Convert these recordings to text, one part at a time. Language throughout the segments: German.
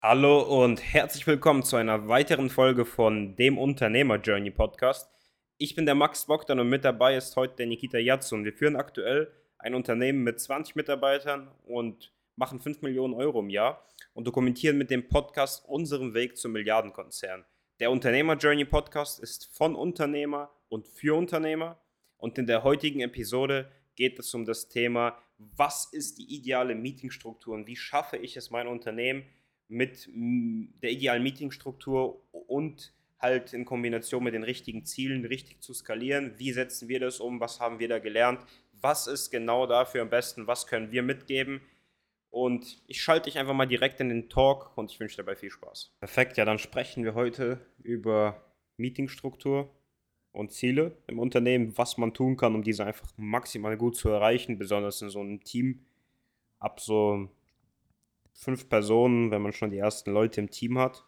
Hallo und herzlich willkommen zu einer weiteren Folge von dem Unternehmer Journey Podcast. Ich bin der Max Bogdan und mit dabei ist heute der Nikita Yazun. Wir führen aktuell ein Unternehmen mit 20 Mitarbeitern und machen 5 Millionen Euro im Jahr und dokumentieren mit dem Podcast unseren Weg zum Milliardenkonzern. Der Unternehmer Journey Podcast ist von Unternehmer und für Unternehmer und in der heutigen Episode geht es um das Thema, was ist die ideale Meetingstruktur und wie schaffe ich es, mein Unternehmen mit der idealen Meetingstruktur und halt in Kombination mit den richtigen Zielen richtig zu skalieren. Wie setzen wir das um? Was haben wir da gelernt? Was ist genau dafür am besten? Was können wir mitgeben? Und ich schalte dich einfach mal direkt in den Talk und ich wünsche dabei viel Spaß. Perfekt, ja, dann sprechen wir heute über Meetingstruktur und Ziele im Unternehmen, was man tun kann, um diese einfach maximal gut zu erreichen, besonders in so einem Team ab so 5 Personen, wenn man schon die ersten Leute im Team hat.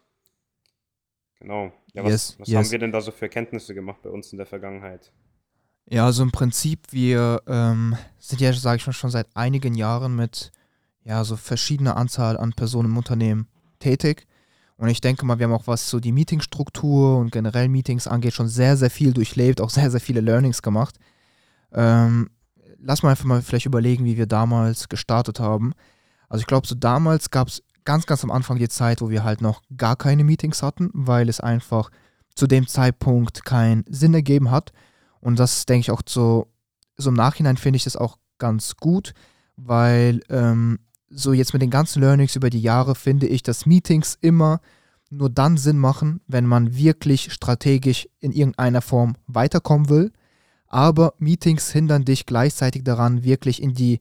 Genau. Ja, was haben Yes. wir denn da so für Erkenntnisse gemacht bei uns in der Vergangenheit? Ja, also im Prinzip, wir sind ja, sage ich mal, schon seit einigen Jahren mit so verschiedener Anzahl an Personen im Unternehmen tätig. Und ich denke mal, wir haben auch, was so die Meetingstruktur und generell Meetings angeht, schon sehr, sehr viel durchlebt, auch sehr, sehr viele Learnings gemacht. Ähm, Lass mal einfach mal vielleicht überlegen, wie wir damals gestartet haben. Also ich glaube, so damals gab es ganz, ganz am Anfang die Zeit, wo wir halt noch gar keine Meetings hatten, weil es einfach zu dem Zeitpunkt keinen Sinn ergeben hat. Und das denke ich auch so im Nachhinein finde ich das auch ganz gut, weil so jetzt mit den ganzen Learnings über die Jahre finde ich, dass Meetings immer nur dann Sinn machen, wenn man wirklich strategisch in irgendeiner Form weiterkommen will. Aber Meetings hindern dich gleichzeitig daran, wirklich in die,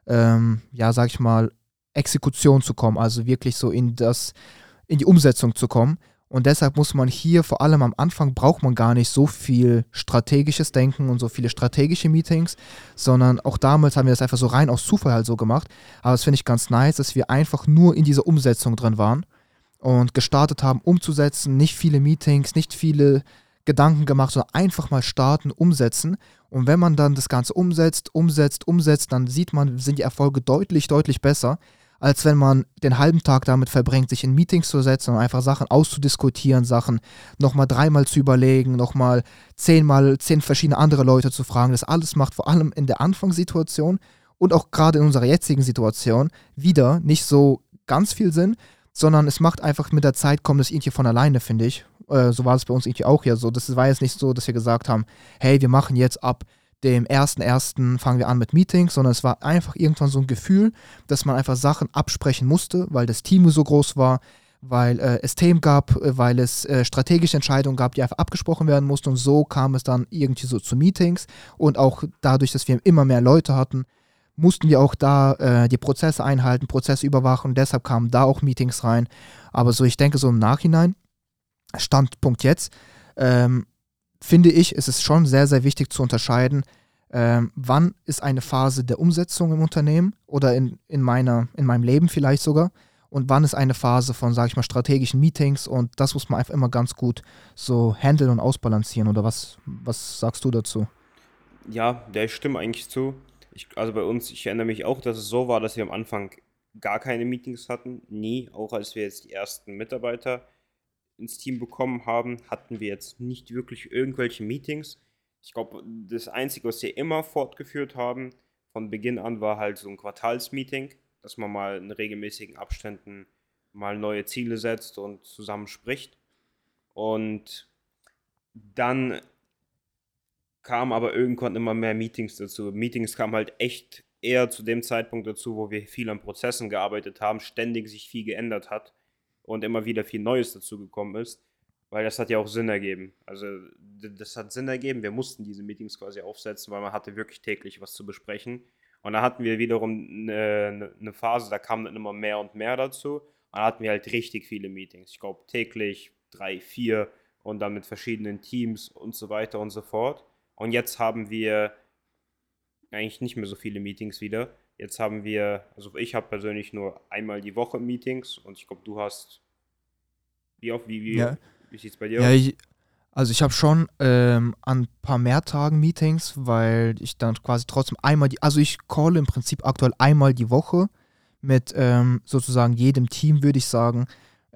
sag ich mal, Exekution zu kommen, also wirklich so in die Umsetzung zu kommen. Und deshalb muss man hier, vor allem am Anfang, braucht man gar nicht so viel strategisches Denken und so viele strategische Meetings, sondern auch damals haben wir das einfach so rein aus Zufall halt so gemacht. Aber das finde ich ganz nice, dass wir einfach nur in dieser Umsetzung drin waren und gestartet haben, umzusetzen, nicht viele Meetings, nicht viele Gedanken gemacht, sondern einfach mal starten, umsetzen. Und wenn man dann das Ganze umsetzt, dann sieht man, sind die Erfolge deutlich, deutlich besser, als wenn man den halben Tag damit verbringt, sich in Meetings zu setzen und einfach Sachen auszudiskutieren, Sachen nochmal dreimal zu überlegen, nochmal 10 verschiedene andere Leute zu fragen. Das alles macht vor allem in der Anfangssituation und auch gerade in unserer jetzigen Situation wieder nicht so ganz viel Sinn, sondern es macht einfach mit der Zeit, kommt es irgendwie von alleine, finde ich. So war es bei uns irgendwie auch ja so. Das war jetzt nicht so, dass wir gesagt haben, hey, wir machen jetzt ab dem 1.1. fangen wir an mit Meetings, sondern es war einfach irgendwann so ein Gefühl, dass man einfach Sachen absprechen musste, weil das Team so groß war, weil es Themen gab, weil es strategische Entscheidungen gab, die einfach abgesprochen werden mussten, und so kam es dann irgendwie so zu Meetings, und auch dadurch, dass wir immer mehr Leute hatten, mussten wir auch da die Prozesse einhalten, Prozesse überwachen, und deshalb kamen da auch Meetings rein. Aber so, ich denke so im Nachhinein, Standpunkt jetzt, finde ich, ist es schon sehr, sehr wichtig zu unterscheiden, wann ist eine Phase der Umsetzung im Unternehmen oder in meinem Leben vielleicht sogar, und wann ist eine Phase von, sage ich mal, strategischen Meetings, und das muss man einfach immer ganz gut so handeln und ausbalancieren. Oder was sagst du dazu? Ja, der stimme eigentlich zu. Also bei uns, ich erinnere mich auch, dass es so war, dass wir am Anfang gar keine Meetings hatten. Nie. Auch als wir jetzt die ersten Mitarbeiter ins Team bekommen haben, hatten wir jetzt nicht wirklich irgendwelche Meetings. Ich glaube, das Einzige, was wir immer fortgeführt haben, von Beginn an, war halt so ein Quartalsmeeting, dass man mal in regelmäßigen Abständen mal neue Ziele setzt und zusammen spricht. Und dann kamen aber irgendwann immer mehr Meetings dazu. Meetings kamen halt echt eher zu dem Zeitpunkt dazu, wo wir viel an Prozessen gearbeitet haben, ständig sich viel geändert hat und immer wieder viel Neues dazu gekommen ist, weil das hat ja auch Sinn ergeben. Also das hat Sinn ergeben, wir mussten diese Meetings quasi aufsetzen, weil man hatte wirklich täglich was zu besprechen. Und da hatten wir wiederum eine Phase, da kam dann immer mehr und mehr dazu. Und da hatten wir halt richtig viele Meetings. Ich glaube täglich 3, 4 und dann mit verschiedenen Teams und so weiter und so fort. Und jetzt haben wir eigentlich nicht mehr so viele Meetings wieder. Jetzt haben wir, also ich habe persönlich nur einmal die Woche Meetings und ich glaube, du hast, wie oft, Ja, wie sieht es bei dir ja, aus? also ich habe schon an ein paar mehr Tagen Meetings, weil ich dann quasi trotzdem also ich calle im Prinzip aktuell einmal die Woche mit sozusagen jedem Team, würde ich sagen.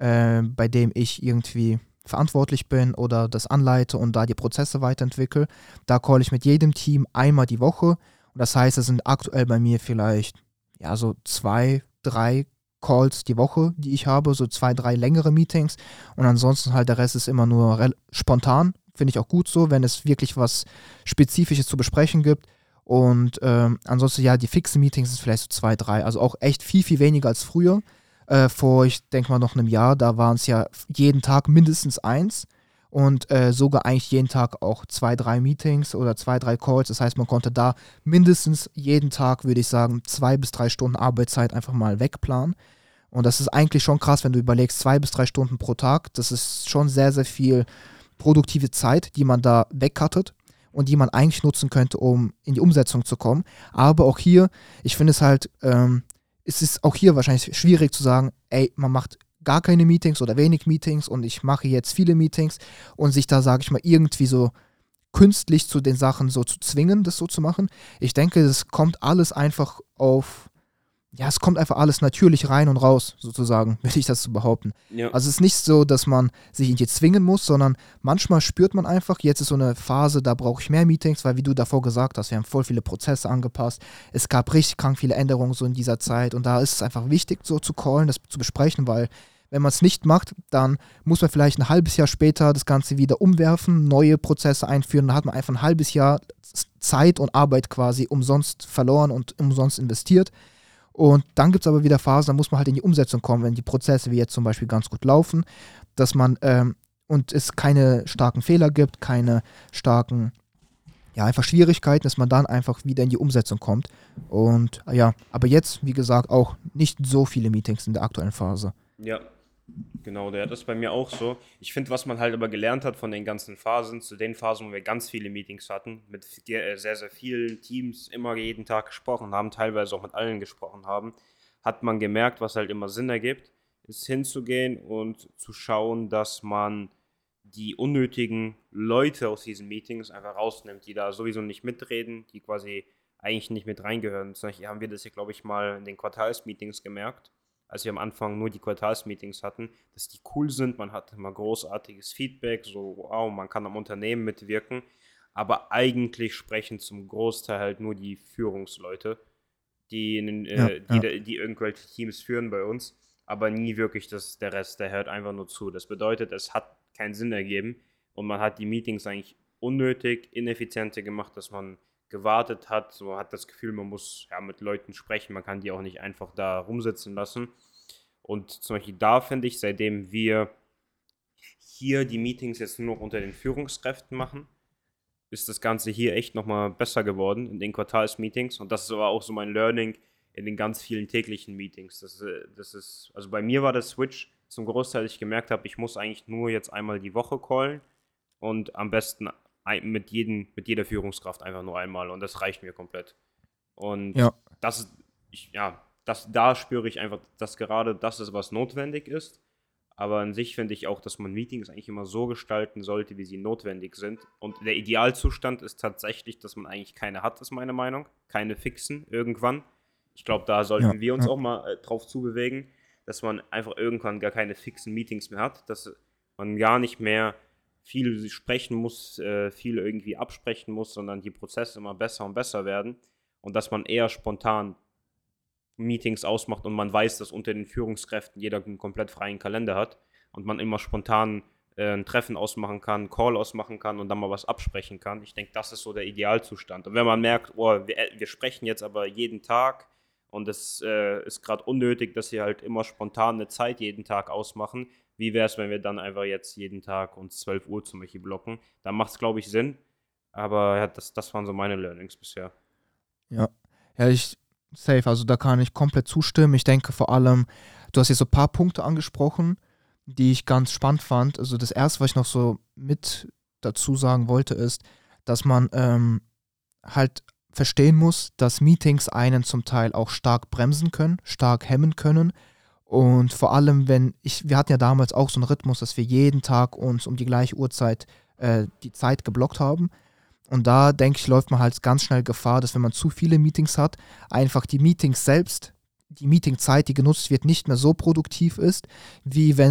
bei dem ich irgendwie verantwortlich bin oder das anleite und da die Prozesse weiterentwickle. Da call ich mit jedem Team einmal die Woche. Und das heißt, es sind aktuell bei mir vielleicht ja so 2, 3 Calls die Woche, die ich habe, so 2, 3 längere Meetings. Und ansonsten halt der Rest ist immer nur spontan. Finde ich auch gut so, wenn es wirklich was Spezifisches zu besprechen gibt. Und ansonsten ja, die fixen Meetings sind vielleicht so 2, 3. Also auch echt viel, viel weniger als früher. Vor, ich denke mal, noch einem Jahr, da waren es ja jeden Tag mindestens 1 und sogar eigentlich jeden Tag auch 2, 3 Meetings oder 2, 3 Calls. Das heißt, man konnte da mindestens jeden Tag, würde ich sagen, 2 bis 3 Stunden Arbeitszeit einfach mal wegplanen. Und das ist eigentlich schon krass, wenn du überlegst, 2 bis 3 Stunden pro Tag. Das ist schon sehr, sehr viel produktive Zeit, die man da wegcuttet und die man eigentlich nutzen könnte, um in die Umsetzung zu kommen. Aber auch hier, ich finde es halt, es ist auch hier wahrscheinlich schwierig zu sagen, ey, man macht gar keine Meetings oder wenig Meetings und ich mache jetzt viele Meetings und sich da, sage ich mal, irgendwie so künstlich zu den Sachen so zu zwingen, das so zu machen. Ich denke, es kommt alles einfach es kommt einfach alles natürlich rein und raus, sozusagen, würde ich das so behaupten. Ja. Also es ist nicht so, dass man sich irgendwie zwingen muss, sondern manchmal spürt man einfach, jetzt ist so eine Phase, da brauche ich mehr Meetings, weil wie du davor gesagt hast, wir haben voll viele Prozesse angepasst, es gab richtig krank viele Änderungen so in dieser Zeit und da ist es einfach wichtig, so zu callen, das zu besprechen, weil wenn man es nicht macht, dann muss man vielleicht ein halbes Jahr später das Ganze wieder umwerfen, neue Prozesse einführen, dann hat man einfach ein halbes Jahr Zeit und Arbeit quasi umsonst verloren und umsonst investiert. Und dann gibt es aber wieder Phasen, da muss man halt in die Umsetzung kommen, wenn die Prozesse wie jetzt zum Beispiel ganz gut laufen, dass man und es keine starken Fehler gibt, keine starken, ja, einfach Schwierigkeiten, dass man dann einfach wieder in die Umsetzung kommt. Und ja, aber jetzt, wie gesagt, auch nicht so viele Meetings in der aktuellen Phase. Ja, genau, das ist bei mir auch so. Ich finde, was man halt aber gelernt hat von den ganzen Phasen, zu den Phasen, wo wir ganz viele Meetings hatten, mit sehr, sehr vielen Teams immer jeden Tag gesprochen haben, teilweise auch mit allen gesprochen haben, hat man gemerkt, was halt immer Sinn ergibt, ist hinzugehen und zu schauen, dass man die unnötigen Leute aus diesen Meetings einfach rausnimmt, die da sowieso nicht mitreden, die quasi eigentlich nicht mit reingehören. Zum Beispiel haben wir das hier, glaube ich, mal in den Quartalsmeetings gemerkt, als wir am Anfang nur die Quartalsmeetings hatten, dass die cool sind, man hat immer großartiges Feedback, so wow, man kann am Unternehmen mitwirken, aber eigentlich sprechen zum Großteil halt nur die Führungsleute, Ja, ja. die irgendwelche Teams führen bei uns, aber nie wirklich der Rest, der hört einfach nur zu. Das bedeutet, es hat keinen Sinn ergeben und man hat die Meetings eigentlich unnötig, ineffizienter gemacht, dass man gewartet hat, so hat das Gefühl, man muss ja mit Leuten sprechen, man kann die auch nicht einfach da rumsitzen lassen. Und zum Beispiel da finde ich, seitdem wir hier die Meetings jetzt nur noch unter den Führungskräften machen, ist das Ganze hier echt nochmal besser geworden in den Quartalsmeetings. Und das ist aber auch so mein Learning in den ganz vielen täglichen Meetings. Das ist, also bei mir war der Switch zum Großteil, dass ich gemerkt habe, ich muss eigentlich nur jetzt einmal die Woche callen und am besten mit jeder Führungskraft einfach nur einmal und das reicht mir komplett. Und Ja, da spüre ich einfach, dass gerade das ist, was notwendig ist. Aber an sich finde ich auch, dass man Meetings eigentlich immer so gestalten sollte, wie sie notwendig sind. Und der Idealzustand ist tatsächlich, dass man eigentlich keine hat, ist meine Meinung. Keine fixen irgendwann. Ich glaube, da ja, sollten wir uns ja. auch mal drauf zubewegen, dass man einfach irgendwann gar keine fixen Meetings mehr hat, dass man gar nicht mehr viel sprechen muss, viel irgendwie absprechen muss, sondern die Prozesse immer besser und besser werden und dass man eher spontan Meetings ausmacht und man weiß, dass unter den Führungskräften jeder einen komplett freien Kalender hat und man immer spontan ein Treffen ausmachen kann, einen Call ausmachen kann und dann mal was absprechen kann. Ich denke, das ist so der Idealzustand. Und wenn man merkt, oh, wir sprechen jetzt aber jeden Tag und es ist gerade unnötig, dass wir halt immer spontan eine Zeit jeden Tag ausmachen, wie wäre es, wenn wir dann einfach jetzt jeden Tag uns 12 Uhr zum Beispiel blocken? Da macht es, glaube ich, Sinn. Aber ja, das waren so meine Learnings bisher. Ja, ja, safe, also da kann ich komplett zustimmen. Ich denke vor allem, du hast jetzt so ein paar Punkte angesprochen, die ich ganz spannend fand. Also das erste, was ich noch so mit dazu sagen wollte, ist, dass man halt verstehen muss, dass Meetings einen zum Teil auch stark bremsen können, stark hemmen können. Und vor allem, wir hatten ja damals auch so einen Rhythmus, dass wir jeden Tag uns um die gleiche Uhrzeit die Zeit geblockt haben. Und da, denke ich, läuft man halt ganz schnell Gefahr, dass wenn man zu viele Meetings hat, einfach die Meetings selbst, die Meetingzeit, die genutzt wird, nicht mehr so produktiv ist, wie wenn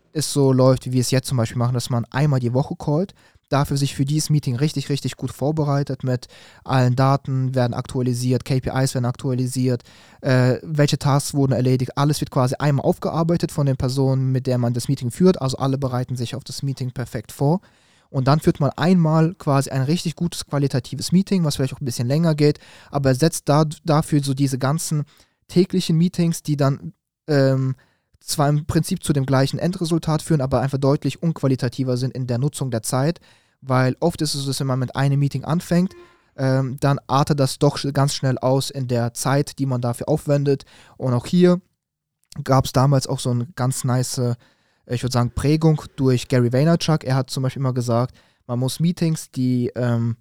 es so läuft, wie wir es jetzt zum Beispiel machen, dass man einmal die Woche callt, dafür sich für dieses Meeting richtig, richtig gut vorbereitet mit allen Daten werden aktualisiert, KPIs werden aktualisiert, welche Tasks wurden erledigt, alles wird quasi einmal aufgearbeitet von den Personen, mit der man das Meeting führt, also alle bereiten sich auf das Meeting perfekt vor. Und dann führt man einmal quasi ein richtig gutes qualitatives Meeting, was vielleicht auch ein bisschen länger geht, aber ersetzt dafür so diese ganzen täglichen Meetings, die dann zwar im Prinzip zu dem gleichen Endresultat führen, aber einfach deutlich unqualitativer sind in der Nutzung der Zeit, weil oft ist es so, dass wenn man mit einem Meeting anfängt, dann artet das doch ganz schnell aus in der Zeit, die man dafür aufwendet. Und auch hier gab es damals auch so eine ganz nice, ich würde sagen, Prägung durch Gary Vaynerchuk. Er hat zum Beispiel immer gesagt, man muss Meetings, die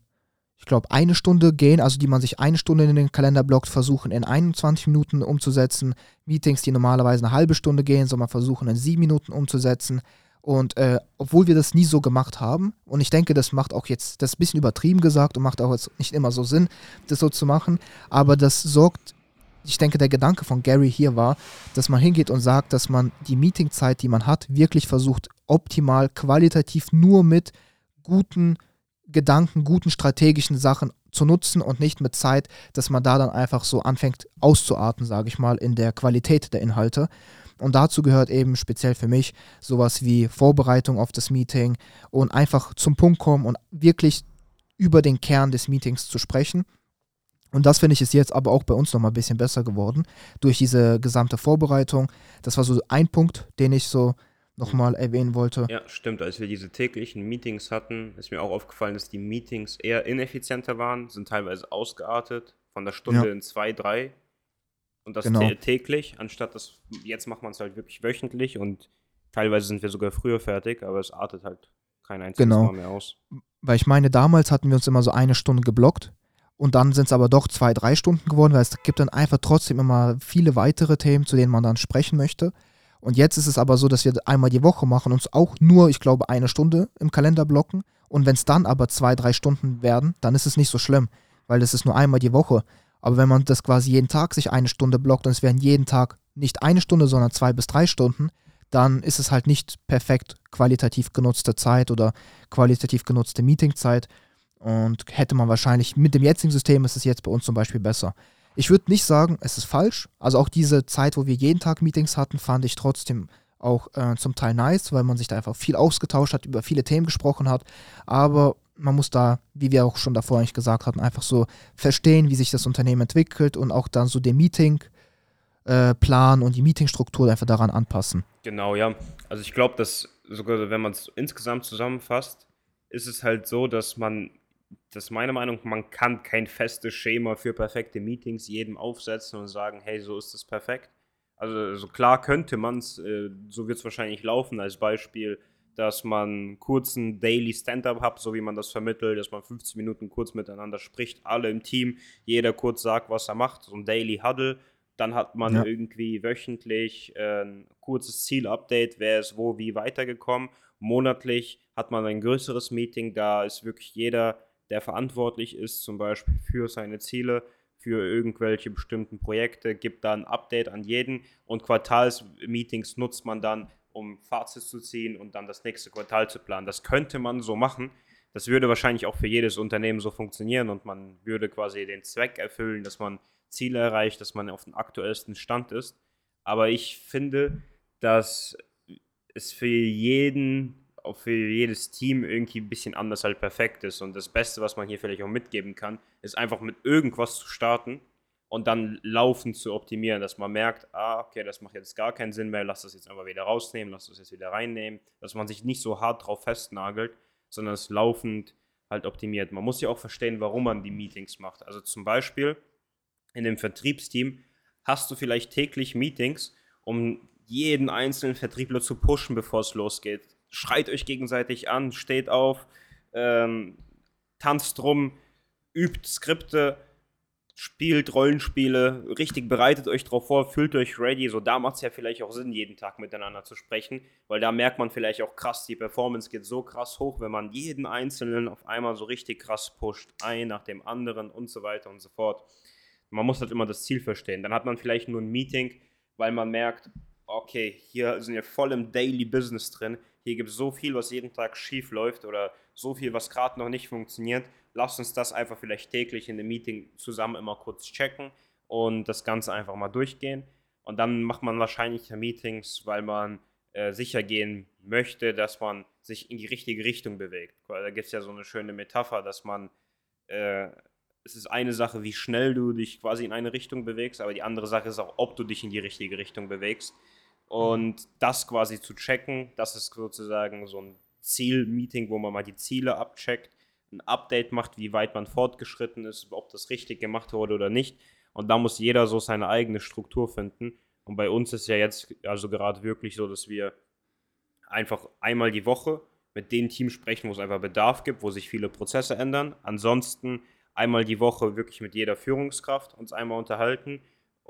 ich glaube, eine Stunde gehen, also die man sich eine Stunde in den Kalender blockt, versuchen in 21 Minuten umzusetzen. Meetings, die normalerweise eine halbe Stunde gehen, soll man versuchen in 7 Minuten umzusetzen. Und obwohl wir das nie so gemacht haben, und ich denke, das macht auch jetzt, das ist ein bisschen übertrieben gesagt und macht auch jetzt nicht immer so Sinn, das so zu machen, aber das sorgt, ich denke, der Gedanke von Gary hier war, dass man hingeht und sagt, dass man die Meetingzeit, die man hat, wirklich versucht, optimal, qualitativ nur mit guten Gedanken, guten strategischen Sachen zu nutzen und nicht mit Zeit, dass man da dann einfach so anfängt auszuarten, sage ich mal, in der Qualität der Inhalte. Und dazu gehört eben speziell für mich sowas wie Vorbereitung auf das Meeting und einfach zum Punkt kommen und wirklich über den Kern des Meetings zu sprechen. Und das finde ich ist jetzt aber auch bei uns nochmal ein bisschen besser geworden durch diese gesamte Vorbereitung. Das war so ein Punkt, den ich so nochmal erwähnen wollte. Ja, stimmt. Als wir diese täglichen Meetings hatten, ist mir auch aufgefallen, dass die Meetings eher ineffizienter waren, sind teilweise ausgeartet, von der Ja, Stunde in 2, 3 und das genau. täglich, anstatt das, jetzt macht man es halt wirklich wöchentlich und teilweise sind wir sogar früher fertig, aber es artet halt kein einziges Genau. Mal mehr aus. Weil ich meine, damals hatten wir uns immer so eine Stunde geblockt und dann sind es aber doch 2, 3 Stunden geworden, weil es gibt dann einfach trotzdem immer viele weitere Themen, zu denen man dann sprechen möchte. Und jetzt ist es aber so, dass wir einmal die Woche machen, uns auch nur, ich glaube, eine Stunde im Kalender blocken. Und wenn es dann aber 2, 3 Stunden werden, dann ist es nicht so schlimm, weil das ist nur einmal die Woche. Aber wenn man das quasi jeden Tag sich eine Stunde blockt und es werden jeden Tag nicht eine Stunde, sondern 2 bis 3 Stunden, dann ist es halt nicht perfekt qualitativ genutzte Zeit oder qualitativ genutzte Meetingzeit. Und hätte man wahrscheinlich mit dem jetzigen System ist es jetzt bei uns zum Beispiel besser. Ich würde nicht sagen, es ist falsch. Also auch diese Zeit, wo wir jeden Tag Meetings hatten, fand ich trotzdem auch zum Teil nice, weil man sich da einfach viel ausgetauscht hat, über viele Themen gesprochen hat. Aber man muss da, wie wir auch schon davor eigentlich gesagt hatten, einfach so verstehen, wie sich das Unternehmen entwickelt und auch dann so den Meetingplan und die Meetingstruktur einfach daran anpassen. Genau, ja. Also ich glaube, dass sogar wenn man es insgesamt zusammenfasst, ist es halt so, das ist meine Meinung, man kann kein festes Schema für perfekte Meetings jedem aufsetzen und sagen, hey, so ist es perfekt. Also so klar könnte man es, so wird es wahrscheinlich laufen, als Beispiel, dass man kurzen Daily Stand-up hat, so wie man das vermittelt, dass man 15 Minuten kurz miteinander spricht, alle im Team, jeder kurz sagt, was er macht, so ein Daily Huddle. Dann hat man Ja, irgendwie wöchentlich ein kurzes Ziel-Update, wer ist wo wie weitergekommen. Monatlich hat man ein größeres Meeting, da ist wirklich jeder, der verantwortlich ist, zum Beispiel für seine Ziele, für irgendwelche bestimmten Projekte, gibt da ein Update an jeden und Quartalsmeetings nutzt man dann, um Fazit zu ziehen und dann das nächste Quartal zu planen. Das könnte man so machen. Das würde wahrscheinlich auch für jedes Unternehmen so funktionieren und man würde quasi den Zweck erfüllen, dass man Ziele erreicht, dass man auf dem aktuellsten Stand ist. Aber ich finde, dass es für jeden, auch für jedes Team irgendwie ein bisschen anders halt perfekt ist. Und das Beste, was man hier vielleicht auch mitgeben kann, ist einfach mit irgendwas zu starten und dann laufend zu optimieren, dass man merkt, okay, das macht jetzt gar keinen Sinn mehr, lass das jetzt einfach wieder rausnehmen, lass das jetzt wieder reinnehmen, dass man sich nicht so hart drauf festnagelt, sondern es laufend halt optimiert. Man muss ja auch verstehen, warum man die Meetings macht. Also zum Beispiel in dem Vertriebsteam hast du vielleicht täglich Meetings, um jeden einzelnen Vertriebler zu pushen, bevor es losgeht. Schreit euch gegenseitig an, steht auf, ähm, tanzt rum, übt Skripte, spielt Rollenspiele, richtig bereitet euch drauf vor, fühlt euch ready. So, da macht es ja vielleicht auch Sinn, jeden Tag miteinander zu sprechen, weil da merkt man vielleicht auch krass, die Performance geht so krass hoch, wenn man jeden Einzelnen auf einmal so richtig krass pusht, ein nach dem anderen und so weiter und so fort. Man muss halt immer das Ziel verstehen. Dann hat man vielleicht nur ein Meeting, weil man merkt, okay, hier sind wir voll im Daily Business drin. Hier gibt es so viel, was jeden Tag schief läuft oder so viel, was gerade noch nicht funktioniert. Lasst uns das einfach vielleicht täglich in dem Meeting zusammen immer kurz checken und das Ganze einfach mal durchgehen. Und dann macht man wahrscheinlich Meetings, weil man sicher gehen möchte, dass man sich in die richtige Richtung bewegt. Da gibt es ja so eine schöne Metapher, dass man, äh, es ist eine Sache, wie schnell du dich quasi in eine Richtung bewegst, aber die andere Sache ist auch, ob du dich in die richtige Richtung bewegst. Und das quasi zu checken, das ist sozusagen so ein Ziel-Meeting, wo man mal die Ziele abcheckt, ein Update macht, wie weit man fortgeschritten ist, ob das richtig gemacht wurde oder nicht. Und da muss jeder so seine eigene Struktur finden. Und bei uns ist ja jetzt also gerade wirklich so, dass wir einfach einmal die Woche mit den Teams sprechen, wo es einfach Bedarf gibt, wo sich viele Prozesse ändern. Ansonsten einmal die Woche wirklich mit jeder Führungskraft uns einmal unterhalten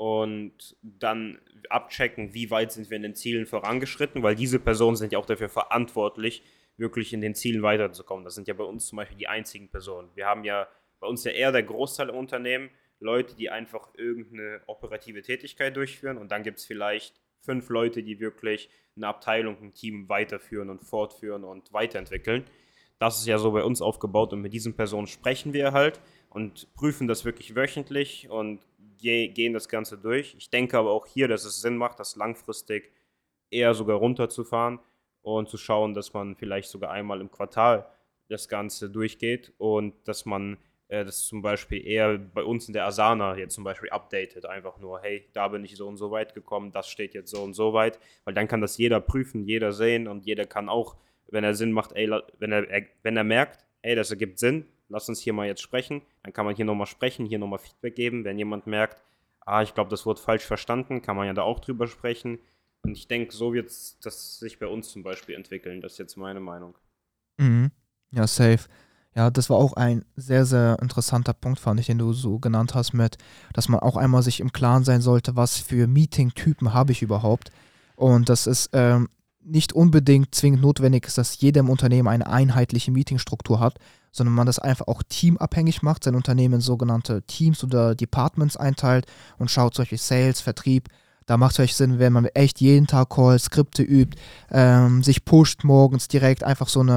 und dann abchecken, wie weit sind wir in den Zielen vorangeschritten, weil diese Personen sind ja auch dafür verantwortlich, wirklich in den Zielen weiterzukommen. Das sind ja bei uns zum Beispiel die einzigen Personen. Wir haben ja bei uns ja eher der Großteil im Unternehmen Leute, die einfach irgendeine operative Tätigkeit durchführen und dann gibt es vielleicht 5 Leute, die wirklich eine Abteilung, ein Team weiterführen und fortführen und weiterentwickeln. Das ist ja so bei uns aufgebaut und mit diesen Personen sprechen wir halt und prüfen das wirklich wöchentlich und gehen das Ganze durch. Ich denke aber auch hier, dass es Sinn macht, das langfristig eher sogar runterzufahren und zu schauen, dass man vielleicht sogar einmal im Quartal das Ganze durchgeht und dass man das zum Beispiel eher bei uns in der Asana jetzt zum Beispiel updatet. Einfach nur, hey, da bin ich so und so weit gekommen, das steht jetzt so und so weit. Weil dann kann das jeder prüfen, jeder sehen und jeder kann auch, wenn er Sinn macht, ey, wenn er merkt, ey, das ergibt Sinn, lass uns hier mal jetzt sprechen. Dann kann man hier nochmal sprechen, hier nochmal Feedback geben. Wenn jemand merkt, ich glaube, das wurde falsch verstanden, kann man ja da auch drüber sprechen. Und ich denke, so wird das sich bei uns zum Beispiel entwickeln. Das ist jetzt meine Meinung. Mhm. Ja, safe. Ja, das war auch ein sehr, sehr interessanter Punkt, fand ich, den du so genannt hast, dass man auch einmal sich im Klaren sein sollte, was für Meeting-Typen habe ich überhaupt. Und dass es nicht unbedingt zwingend notwendig ist, dass jeder im Unternehmen eine einheitliche Meetingstruktur hat, sondern man das einfach auch teamabhängig macht, sein Unternehmen in sogenannte Teams oder Departments einteilt und schaut, zum Beispiel Sales, Vertrieb. Da macht es vielleicht Sinn, wenn man echt jeden Tag Calls, Skripte übt, sich pusht morgens direkt einfach so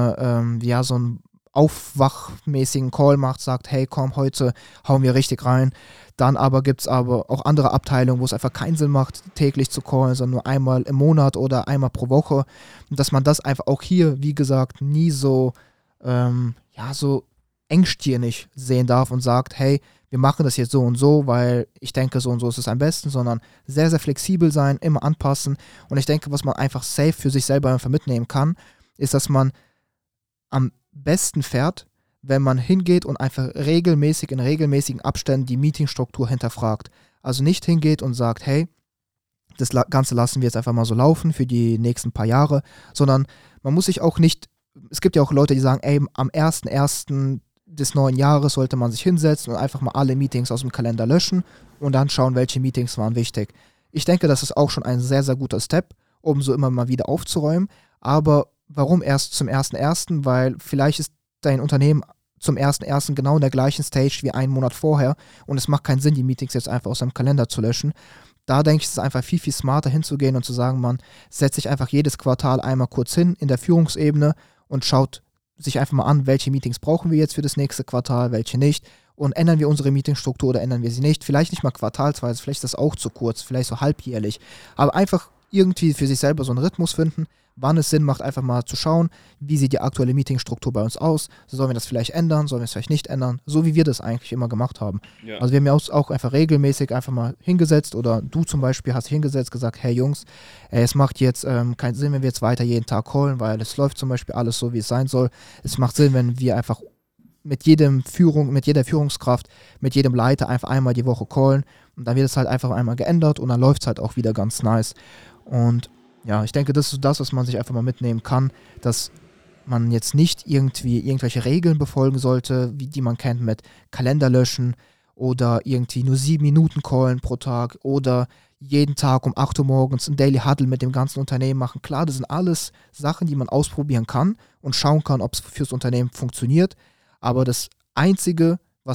so ein aufwachmäßigen Call macht, sagt, hey komm, heute hauen wir richtig rein. Dann aber gibt es aber auch andere Abteilungen, wo es einfach keinen Sinn macht, täglich zu callen, sondern nur einmal im Monat oder einmal pro Woche. Und dass man das einfach auch hier, wie gesagt, nie so, so engstirnig sehen darf und sagt, hey, wir machen das jetzt so und so, weil ich denke, so und so ist es am besten, sondern sehr, sehr flexibel sein, immer anpassen. Und ich denke, was man einfach safe für sich selber einfach mitnehmen kann, ist, dass man am besten fährt, wenn man hingeht und einfach regelmäßig in regelmäßigen Abständen die Meetingstruktur hinterfragt. Also nicht hingeht und sagt, hey, das Ganze lassen wir jetzt einfach mal so laufen für die nächsten paar Jahre, sondern man muss sich auch nicht, es gibt ja auch Leute, die sagen, ey, am 1.1. des neuen Jahres sollte man sich hinsetzen und einfach mal alle Meetings aus dem Kalender löschen und dann schauen, welche Meetings waren wichtig. Ich denke, das ist auch schon ein sehr, sehr guter Step, um so immer mal wieder aufzuräumen, aber warum erst zum 1.1.? Weil vielleicht ist dein Unternehmen zum 1.1. genau in der gleichen Stage wie einen Monat vorher und es macht keinen Sinn, die Meetings jetzt einfach aus seinem Kalender zu löschen. Da denke ich, es ist einfach viel, viel smarter hinzugehen und zu sagen, man setzt sich einfach jedes Quartal einmal kurz hin in der Führungsebene und schaut sich einfach mal an, welche Meetings brauchen wir jetzt für das nächste Quartal, welche nicht und ändern wir unsere Meetingstruktur oder ändern wir sie nicht. Vielleicht nicht mal quartalsweise, vielleicht ist das auch zu kurz, vielleicht so halbjährlich, aber einfach irgendwie für sich selber so einen Rhythmus finden, wann es Sinn macht, einfach mal zu schauen, wie sieht die aktuelle Meetingstruktur bei uns aus, sollen wir das vielleicht ändern, sollen wir es vielleicht nicht ändern, so wie wir das eigentlich immer gemacht haben. Ja. Also wir haben ja auch einfach regelmäßig einfach mal hingesetzt oder du zum Beispiel hast dich hingesetzt, gesagt, hey Jungs, es macht jetzt keinen Sinn, wenn wir jetzt weiter jeden Tag callen, weil es läuft zum Beispiel alles so, wie es sein soll. Es macht Sinn, wenn wir einfach mit jeder Führungskraft, mit jedem Leiter einfach einmal die Woche callen und dann wird es halt einfach einmal geändert und dann läuft es halt auch wieder ganz nice. Und ja, ich denke, das ist das, was man sich einfach mal mitnehmen kann, dass man jetzt nicht irgendwie irgendwelche Regeln befolgen sollte, wie die man kennt mit Kalender löschen oder irgendwie nur 7 Minuten callen pro Tag oder jeden Tag um 8 Uhr morgens ein Daily Huddle mit dem ganzen Unternehmen machen. Klar, das sind alles Sachen, die man ausprobieren kann und schauen kann, ob es fürs Unternehmen funktioniert. Aber das Einzige, was man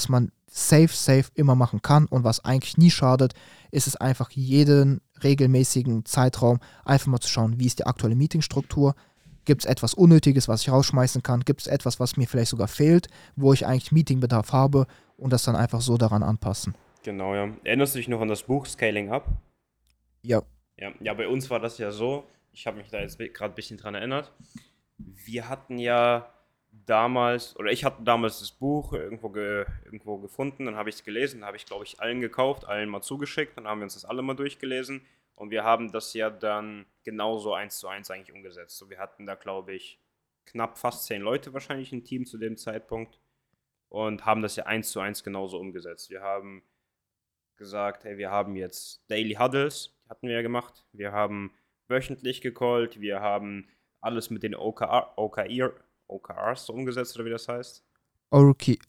safe immer machen kann und was eigentlich nie schadet, ist es einfach jeden regelmäßigen Zeitraum einfach mal zu schauen, wie ist die aktuelle Meetingstruktur, gibt es etwas Unnötiges, was ich rausschmeißen kann, gibt es etwas, was mir vielleicht sogar fehlt, wo ich eigentlich Meetingbedarf habe und das dann einfach so daran anpassen. Genau, ja. Erinnerst du dich noch an das Buch Scaling Up? Ja, Ja, bei uns war das ja so, ich habe mich da jetzt gerade ein bisschen dran erinnert. Wir hatten ja damals, oder ich hatte damals das Buch irgendwo gefunden, dann habe ich es gelesen, habe ich, glaube ich, allen gekauft, allen mal zugeschickt, dann haben wir uns das alle mal durchgelesen und wir haben das ja dann genauso 1:1 eigentlich umgesetzt. So, wir hatten da, glaube ich, knapp fast 10 Leute wahrscheinlich im Team zu dem Zeitpunkt und haben das ja 1:1 genauso umgesetzt. Wir haben gesagt, hey, wir haben jetzt Daily Huddles, die hatten wir ja gemacht. Wir haben wöchentlich gecallt, wir haben alles mit den OKRs so umgesetzt, oder wie das heißt. OK,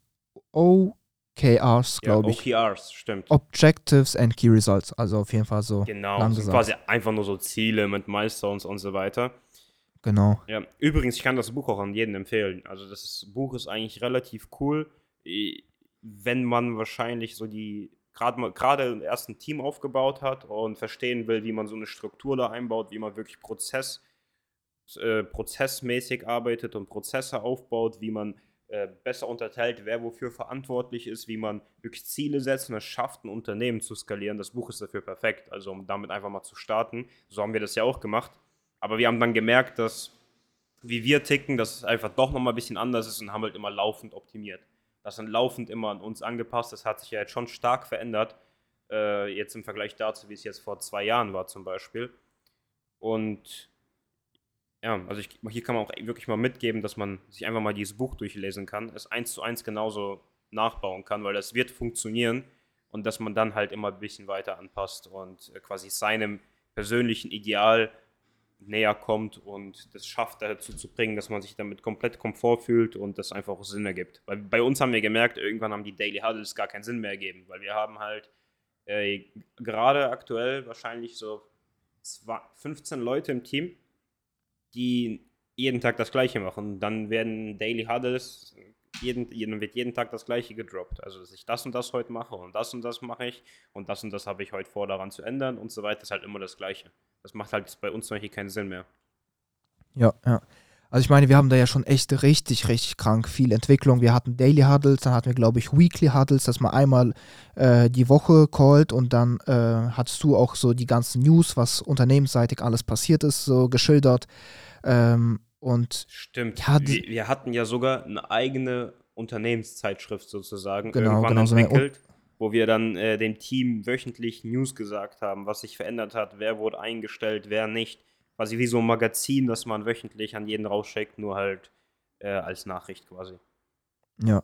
OKRs, Ja, glaube ich. OKRs, stimmt. Objectives and Key Results, also auf jeden Fall so Genau, lang das sind gesagt. quasi einfach nur so Ziele mit Milestones und so weiter. Genau. Ja, übrigens, ich kann das Buch auch an jeden empfehlen. Also Buch ist eigentlich relativ cool, wenn man wahrscheinlich so gerade im ersten Team aufgebaut hat und verstehen will, wie man so eine Struktur da einbaut, wie man wirklich prozessmäßig arbeitet und Prozesse aufbaut, wie man besser unterteilt, wer wofür verantwortlich ist, wie man wirklich Ziele setzt und es schafft, ein Unternehmen zu skalieren. Das Buch ist dafür perfekt, also um damit einfach mal zu starten. So haben wir das ja auch gemacht. Aber wir haben dann gemerkt, dass, wie wir ticken, dass es einfach doch nochmal ein bisschen anders ist und haben halt immer laufend optimiert. Das dann laufend immer an uns angepasst. Das hat sich ja jetzt schon stark verändert, jetzt im Vergleich dazu, wie es jetzt vor 2 Jahren war zum Beispiel. Und ja, also hier kann man auch wirklich mal mitgeben, dass man sich einfach mal dieses Buch durchlesen kann, es 1:1 genauso nachbauen kann, weil das wird funktionieren und dass man dann halt immer ein bisschen weiter anpasst und quasi seinem persönlichen Ideal näher kommt und das schafft dazu zu bringen, dass man sich damit komplett komfort fühlt und das einfach auch Sinn ergibt. Weil bei uns haben wir gemerkt, irgendwann haben die Daily Huddles gar keinen Sinn mehr ergeben, weil wir haben halt gerade aktuell wahrscheinlich so 15 Leute im Team, die jeden Tag das Gleiche machen. Dann werden Daily Huddles, wird jeden Tag das Gleiche gedroppt. Also, dass ich das und das heute mache und das mache ich und das habe ich heute vor, daran zu ändern und so weiter, ist halt immer das Gleiche. Das macht halt bei uns zum Beispiel keinen Sinn mehr. Ja. Also ich meine, wir haben da ja schon echt richtig krank viel Entwicklung. Wir hatten Daily Huddles, dann hatten wir, glaube ich, Weekly Huddles, dass man einmal die Woche callt und dann hattest du auch so die ganzen News, was unternehmensseitig alles passiert ist, so geschildert. Und Stimmt. ja, Wir hatten ja sogar eine eigene Unternehmenszeitschrift sozusagen genau, irgendwann so entwickelt, wo wir dann dem Team wöchentlich News gesagt haben, was sich verändert hat, wer wurde eingestellt, wer nicht. Quasi wie so ein Magazin, das man wöchentlich an jeden rausschickt, nur halt als Nachricht quasi. Ja.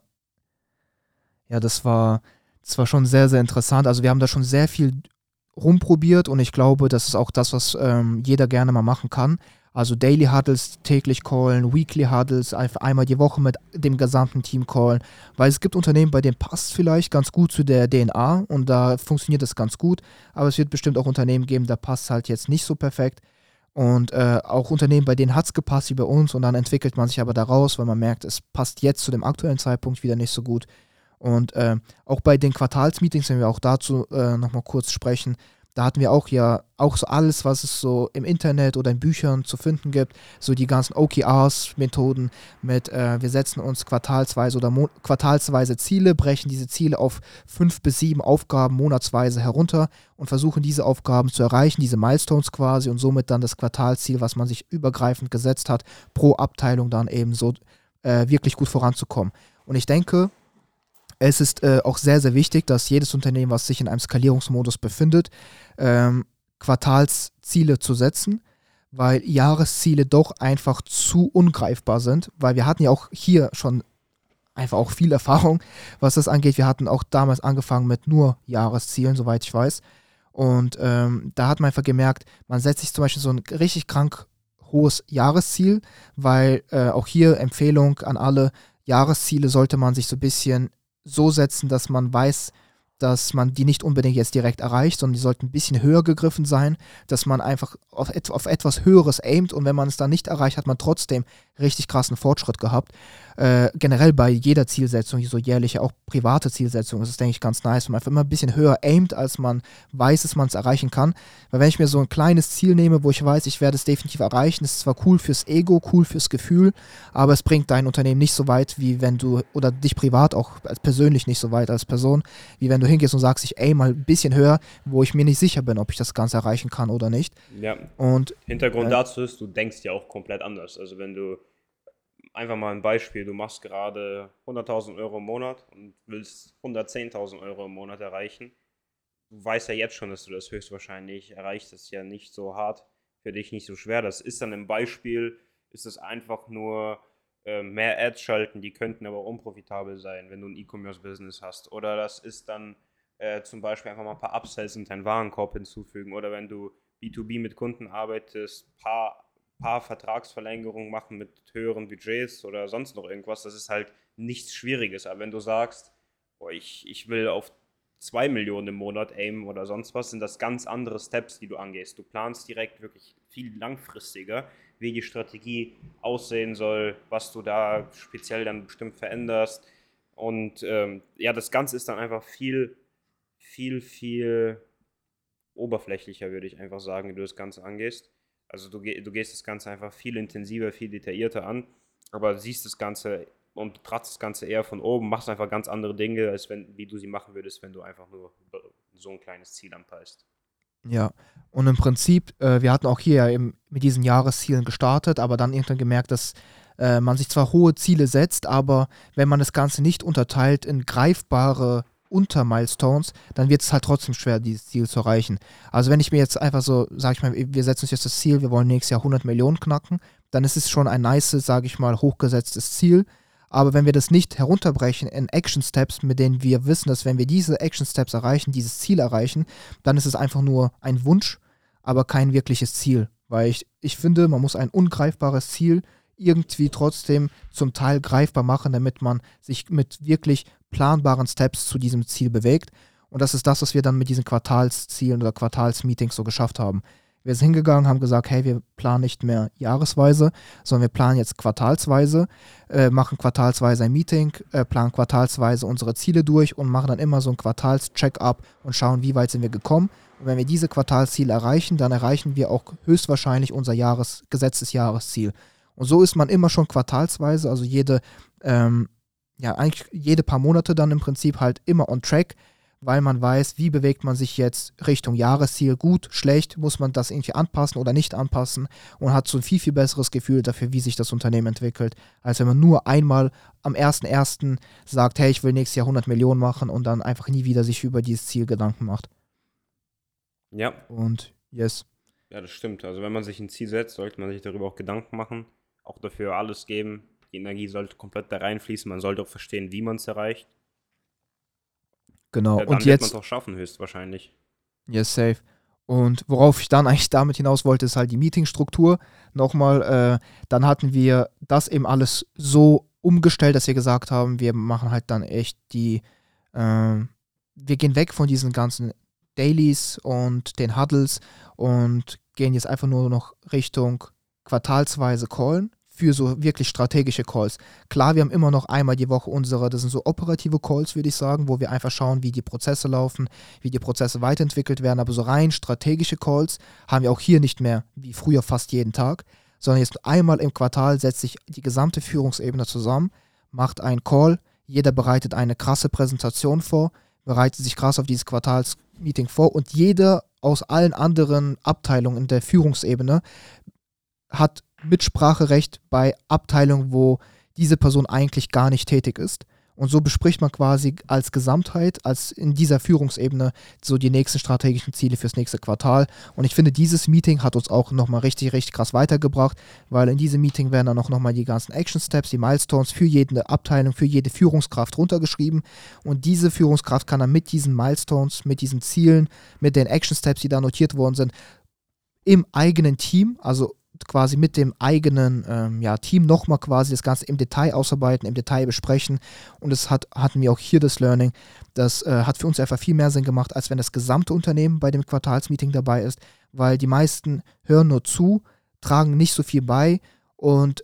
Ja, das war schon sehr interessant. Also wir haben da schon sehr viel rumprobiert und ich glaube, das ist auch das, was jeder gerne mal machen kann. Also Daily Huddles täglich callen, Weekly Huddles einfach einmal die Woche mit dem gesamten Team callen, weil es gibt Unternehmen, bei denen passt vielleicht ganz gut zu der DNA und da funktioniert das ganz gut, aber es wird bestimmt auch Unternehmen geben, da passt halt jetzt nicht so perfekt und auch Unternehmen, bei denen hat es gepasst wie bei uns und dann entwickelt man sich aber daraus, weil man merkt, es passt jetzt zu dem aktuellen Zeitpunkt wieder nicht so gut. Und auch bei den Quartalsmeetings, wenn wir auch dazu nochmal kurz sprechen, da hatten wir auch auch so alles, was es so im Internet oder in Büchern zu finden gibt, so die ganzen OKRs-Methoden mit, wir setzen uns quartalsweise oder quartalsweise Ziele, brechen diese Ziele auf 5 bis 7 Aufgaben monatsweise herunter und versuchen diese Aufgaben zu erreichen, diese Milestones quasi und somit dann das Quartalsziel, was man sich übergreifend gesetzt hat, pro Abteilung dann eben so wirklich gut voranzukommen. Und ich denke, es ist auch sehr wichtig, dass jedes Unternehmen, was sich in einem Skalierungsmodus befindet, Quartalsziele zu setzen, weil Jahresziele doch einfach zu ungreifbar sind, weil wir hatten ja auch hier schon einfach auch viel Erfahrung, was das angeht. Wir hatten auch damals angefangen mit nur Jahreszielen, soweit ich weiß. Und da hat man einfach gemerkt, man setzt sich zum Beispiel so ein richtig krank hohes Jahresziel, weil auch hier Empfehlung an alle, Jahresziele sollte man sich so ein bisschen so setzen, dass man weiß, dass man die nicht unbedingt jetzt direkt erreicht, sondern die sollten ein bisschen höher gegriffen sein, dass man einfach auf etwas Höheres aimt und wenn man es dann nicht erreicht, hat man trotzdem richtig krassen Fortschritt gehabt. Generell bei jeder Zielsetzung, so jährliche, auch private Zielsetzung, ist es, denke ich, ganz nice, wenn man einfach immer ein bisschen höher aimt, als man weiß, dass man es erreichen kann. Weil wenn ich mir so ein kleines Ziel nehme, wo ich weiß, ich werde es definitiv erreichen, ist es zwar cool fürs Ego, cool fürs Gefühl, aber es bringt dein Unternehmen nicht so weit, wie wenn du, oder dich privat auch persönlich nicht so weit als Person, wie wenn du hingehst und sagst, ich aim mal ein bisschen höher, wo ich mir nicht sicher bin, ob ich das Ganze erreichen kann oder nicht. Ja, Und Hintergrund dazu ist, du denkst ja auch komplett anders. Also wenn du, einfach mal ein Beispiel, du machst gerade 100.000 Euro im Monat und willst 110.000 Euro im Monat erreichen, du weißt ja jetzt schon, dass du das höchstwahrscheinlich erreichst. Das ist ja nicht so hart, für dich nicht so schwer. Das ist dann im Beispiel, ist es einfach nur mehr Ads schalten, die könnten aber unprofitabel sein, wenn du ein E-Commerce-Business hast. Oder das ist dann zum Beispiel einfach mal ein paar Upsells in deinen Warenkorb hinzufügen. Oder wenn du B2B mit Kunden arbeitest, paar Vertragsverlängerungen machen mit höheren Budgets oder sonst noch irgendwas. Das ist halt nichts Schwieriges. Aber wenn du sagst, boah, ich will auf 2 Millionen im Monat aimen oder sonst was, sind das ganz andere Steps, die du angehst. Du planst direkt wirklich viel langfristiger, wie die Strategie aussehen soll, was du da speziell dann bestimmt veränderst. Und ja, das Ganze ist dann einfach viel, viel, viel oberflächlicher, würde ich einfach sagen, wie du das Ganze angehst. Also du gehst das Ganze einfach viel intensiver, viel detaillierter an, aber siehst das Ganze und betrachtest das Ganze eher von oben, machst einfach ganz andere Dinge, als wie du sie machen würdest, wenn du einfach nur so ein kleines Ziel anpeilst. ja, und im Prinzip, wir hatten auch hier ja eben mit diesen Jahreszielen gestartet, aber dann irgendwann gemerkt, dass man sich zwar hohe Ziele setzt, aber wenn man das Ganze nicht unterteilt in greifbare Untermilestones, dann wird es halt trotzdem schwer, dieses Ziel zu erreichen. Also wenn ich mir jetzt einfach so, sage ich mal, wir setzen uns jetzt das Ziel, wir wollen nächstes Jahr 100 Millionen knacken, dann ist es schon ein nice, sage ich mal, hochgesetztes Ziel. Aber wenn wir das nicht herunterbrechen in Action Steps, mit denen wir wissen, dass wenn wir diese Action Steps erreichen, dieses Ziel erreichen, dann ist es einfach nur ein Wunsch, aber kein wirkliches Ziel. Weil ich finde, man muss ein ungreifbares Ziel irgendwie trotzdem zum Teil greifbar machen, damit man sich mit wirklich planbaren Steps zu diesem Ziel bewegt. Und das ist das, was wir dann mit diesen Quartalszielen oder Quartalsmeetings so geschafft haben. Wir sind hingegangen, haben gesagt, hey, wir planen nicht mehr jahresweise, sondern wir planen jetzt quartalsweise, machen quartalsweise ein Meeting, planen quartalsweise unsere Ziele durch und machen dann immer so ein Quartals-Check-up und schauen, wie weit sind wir gekommen. Und wenn wir diese Quartalsziele erreichen, dann erreichen wir auch höchstwahrscheinlich unser gesetztes Jahresziel. Und so ist man immer schon quartalsweise, also eigentlich jede paar Monate dann im Prinzip halt immer on track, weil man weiß, wie bewegt man sich jetzt Richtung Jahresziel, gut, schlecht, muss man das irgendwie anpassen oder nicht anpassen und hat so ein viel, viel besseres Gefühl dafür, wie sich das Unternehmen entwickelt, als wenn man nur einmal am 1.1. sagt, hey, ich will nächstes Jahr 100 Millionen machen und dann einfach nie wieder sich über dieses Ziel Gedanken macht. Ja. Und yes. Ja, das stimmt. Also wenn man sich ein Ziel setzt, sollte man sich darüber auch Gedanken machen, auch dafür alles geben. Die Energie sollte komplett da reinfließen, man sollte auch verstehen, wie man es erreicht. Genau. Ja, dann Und wird man jetzt, es auch schaffen, höchstwahrscheinlich. yes, safe. Und worauf ich dann eigentlich damit hinaus wollte, ist halt die Meetingstruktur. Nochmal, dann hatten wir das eben alles so umgestellt, dass wir gesagt haben, wir machen halt dann echt wir gehen weg von diesen ganzen Dailies und den Huddles und gehen jetzt einfach nur noch Richtung quartalsweise Callen für so wirklich strategische Calls. Klar, wir haben immer noch einmal die Woche das sind so operative Calls, würde ich sagen, wo wir einfach schauen, wie die Prozesse laufen, wie die Prozesse weiterentwickelt werden, aber so rein strategische Calls haben wir auch hier nicht mehr wie früher fast jeden Tag, sondern jetzt einmal im Quartal setzt sich die gesamte Führungsebene zusammen, macht einen Call, jeder bereitet eine krasse Präsentation vor, bereitet sich krass auf dieses Quartalsmeeting vor und jeder aus allen anderen Abteilungen in der Führungsebene hat Mitspracherecht bei Abteilungen, wo diese Person eigentlich gar nicht tätig ist. Und so bespricht man quasi als Gesamtheit, als in dieser Führungsebene so die nächsten strategischen Ziele fürs nächste Quartal. Und ich finde, dieses Meeting hat uns auch nochmal richtig, richtig krass weitergebracht, weil in diesem Meeting werden dann auch nochmal die ganzen Action Steps, die Milestones für jede Abteilung, für jede Führungskraft runtergeschrieben. Und diese Führungskraft kann dann mit diesen Milestones, mit diesen Zielen, mit den Action Steps, die da notiert worden sind, im eigenen Team, also quasi mit dem eigenen Team nochmal quasi das Ganze im Detail ausarbeiten, im Detail besprechen. Und es hatten wir auch hier das Learning. Das hat für uns einfach viel mehr Sinn gemacht, als wenn das gesamte Unternehmen bei dem Quartalsmeeting dabei ist, weil die meisten hören nur zu, tragen nicht so viel bei und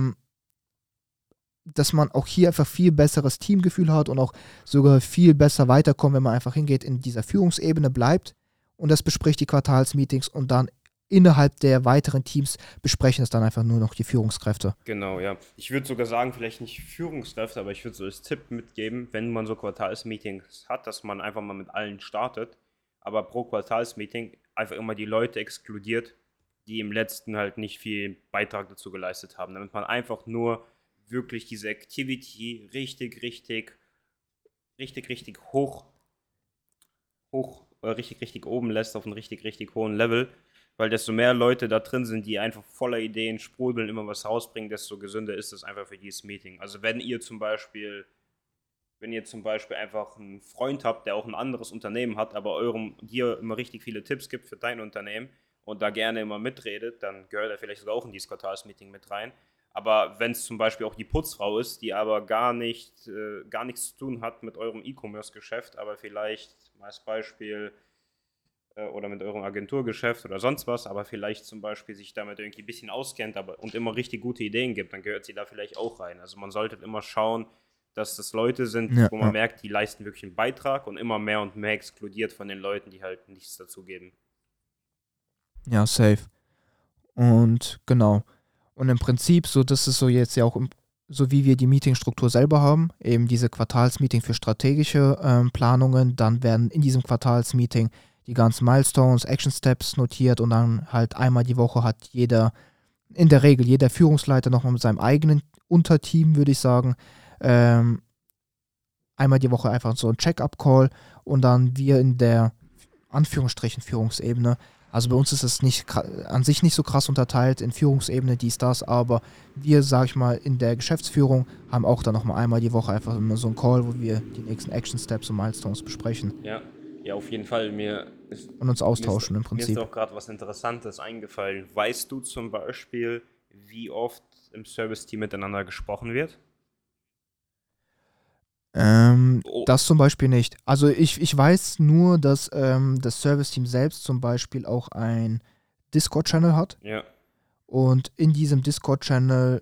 dass man auch hier einfach viel besseres Teamgefühl hat und auch sogar viel besser weiterkommt, wenn man einfach hingeht, in dieser Führungsebene bleibt und das bespricht die Quartalsmeetings und dann innerhalb der weiteren Teams besprechen es dann einfach nur noch die Führungskräfte. Genau, ja. Ich würde sogar sagen, vielleicht nicht Führungskräfte, aber ich würde so als Tipp mitgeben, wenn man so Quartalsmeetings hat, dass man einfach mal mit allen startet, aber pro Quartalsmeeting einfach immer die Leute exkludiert, die im letzten halt nicht viel Beitrag dazu geleistet haben, damit man einfach nur wirklich diese Activity richtig richtig oben lässt auf einem richtig hohen Level, weil desto mehr Leute da drin sind, die einfach voller Ideen sprudeln, immer was rausbringen, desto gesünder ist es einfach für dieses Meeting. Also wenn ihr zum Beispiel einfach einen Freund habt, der auch ein anderes Unternehmen hat, aber dir immer richtig viele Tipps gibt für dein Unternehmen und da gerne immer mitredet, dann gehört er vielleicht sogar auch in dieses Quartalsmeeting mit rein. Aber wenn es zum Beispiel auch die Putzfrau ist, die aber gar nichts zu tun hat mit eurem E-Commerce-Geschäft, aber vielleicht mal als Beispiel oder mit eurem Agenturgeschäft oder sonst was, aber vielleicht zum Beispiel sich damit irgendwie ein bisschen auskennt und immer richtig gute Ideen gibt, dann gehört sie da vielleicht auch rein. Also man sollte immer schauen, dass das Leute sind, wo man merkt, die leisten wirklich einen Beitrag und immer mehr und mehr exkludiert von den Leuten, die halt nichts dazu geben. Ja, safe. Und genau. Und im Prinzip, so das ist so jetzt ja auch, so wie wir die Meetingstruktur selber haben, eben diese Quartalsmeeting für strategische Planungen, dann werden in diesem Quartalsmeeting die ganzen Milestones, Action Steps notiert und dann halt einmal die Woche hat in der Regel jeder Führungsleiter nochmal mit seinem eigenen Unterteam, würde ich sagen, einmal die Woche einfach so ein Check-up-Call und dann wir in der Anführungsstrichen Führungsebene. Also bei uns ist es an sich nicht so krass unterteilt in Führungsebene, dies, das, aber wir, sag ich mal, in der Geschäftsführung haben auch dann nochmal einmal die Woche einfach immer so einen Call, wo wir die nächsten Action Steps und Milestones besprechen. Ja, auf jeden Fall. Und uns austauschen im Prinzip. Mir ist auch gerade was Interessantes eingefallen. Weißt du zum Beispiel, wie oft im Service-Team miteinander gesprochen wird? Das zum Beispiel nicht. Also ich weiß nur, dass das Service-Team selbst zum Beispiel auch ein Discord-Channel hat. Ja. Und in diesem Discord-Channel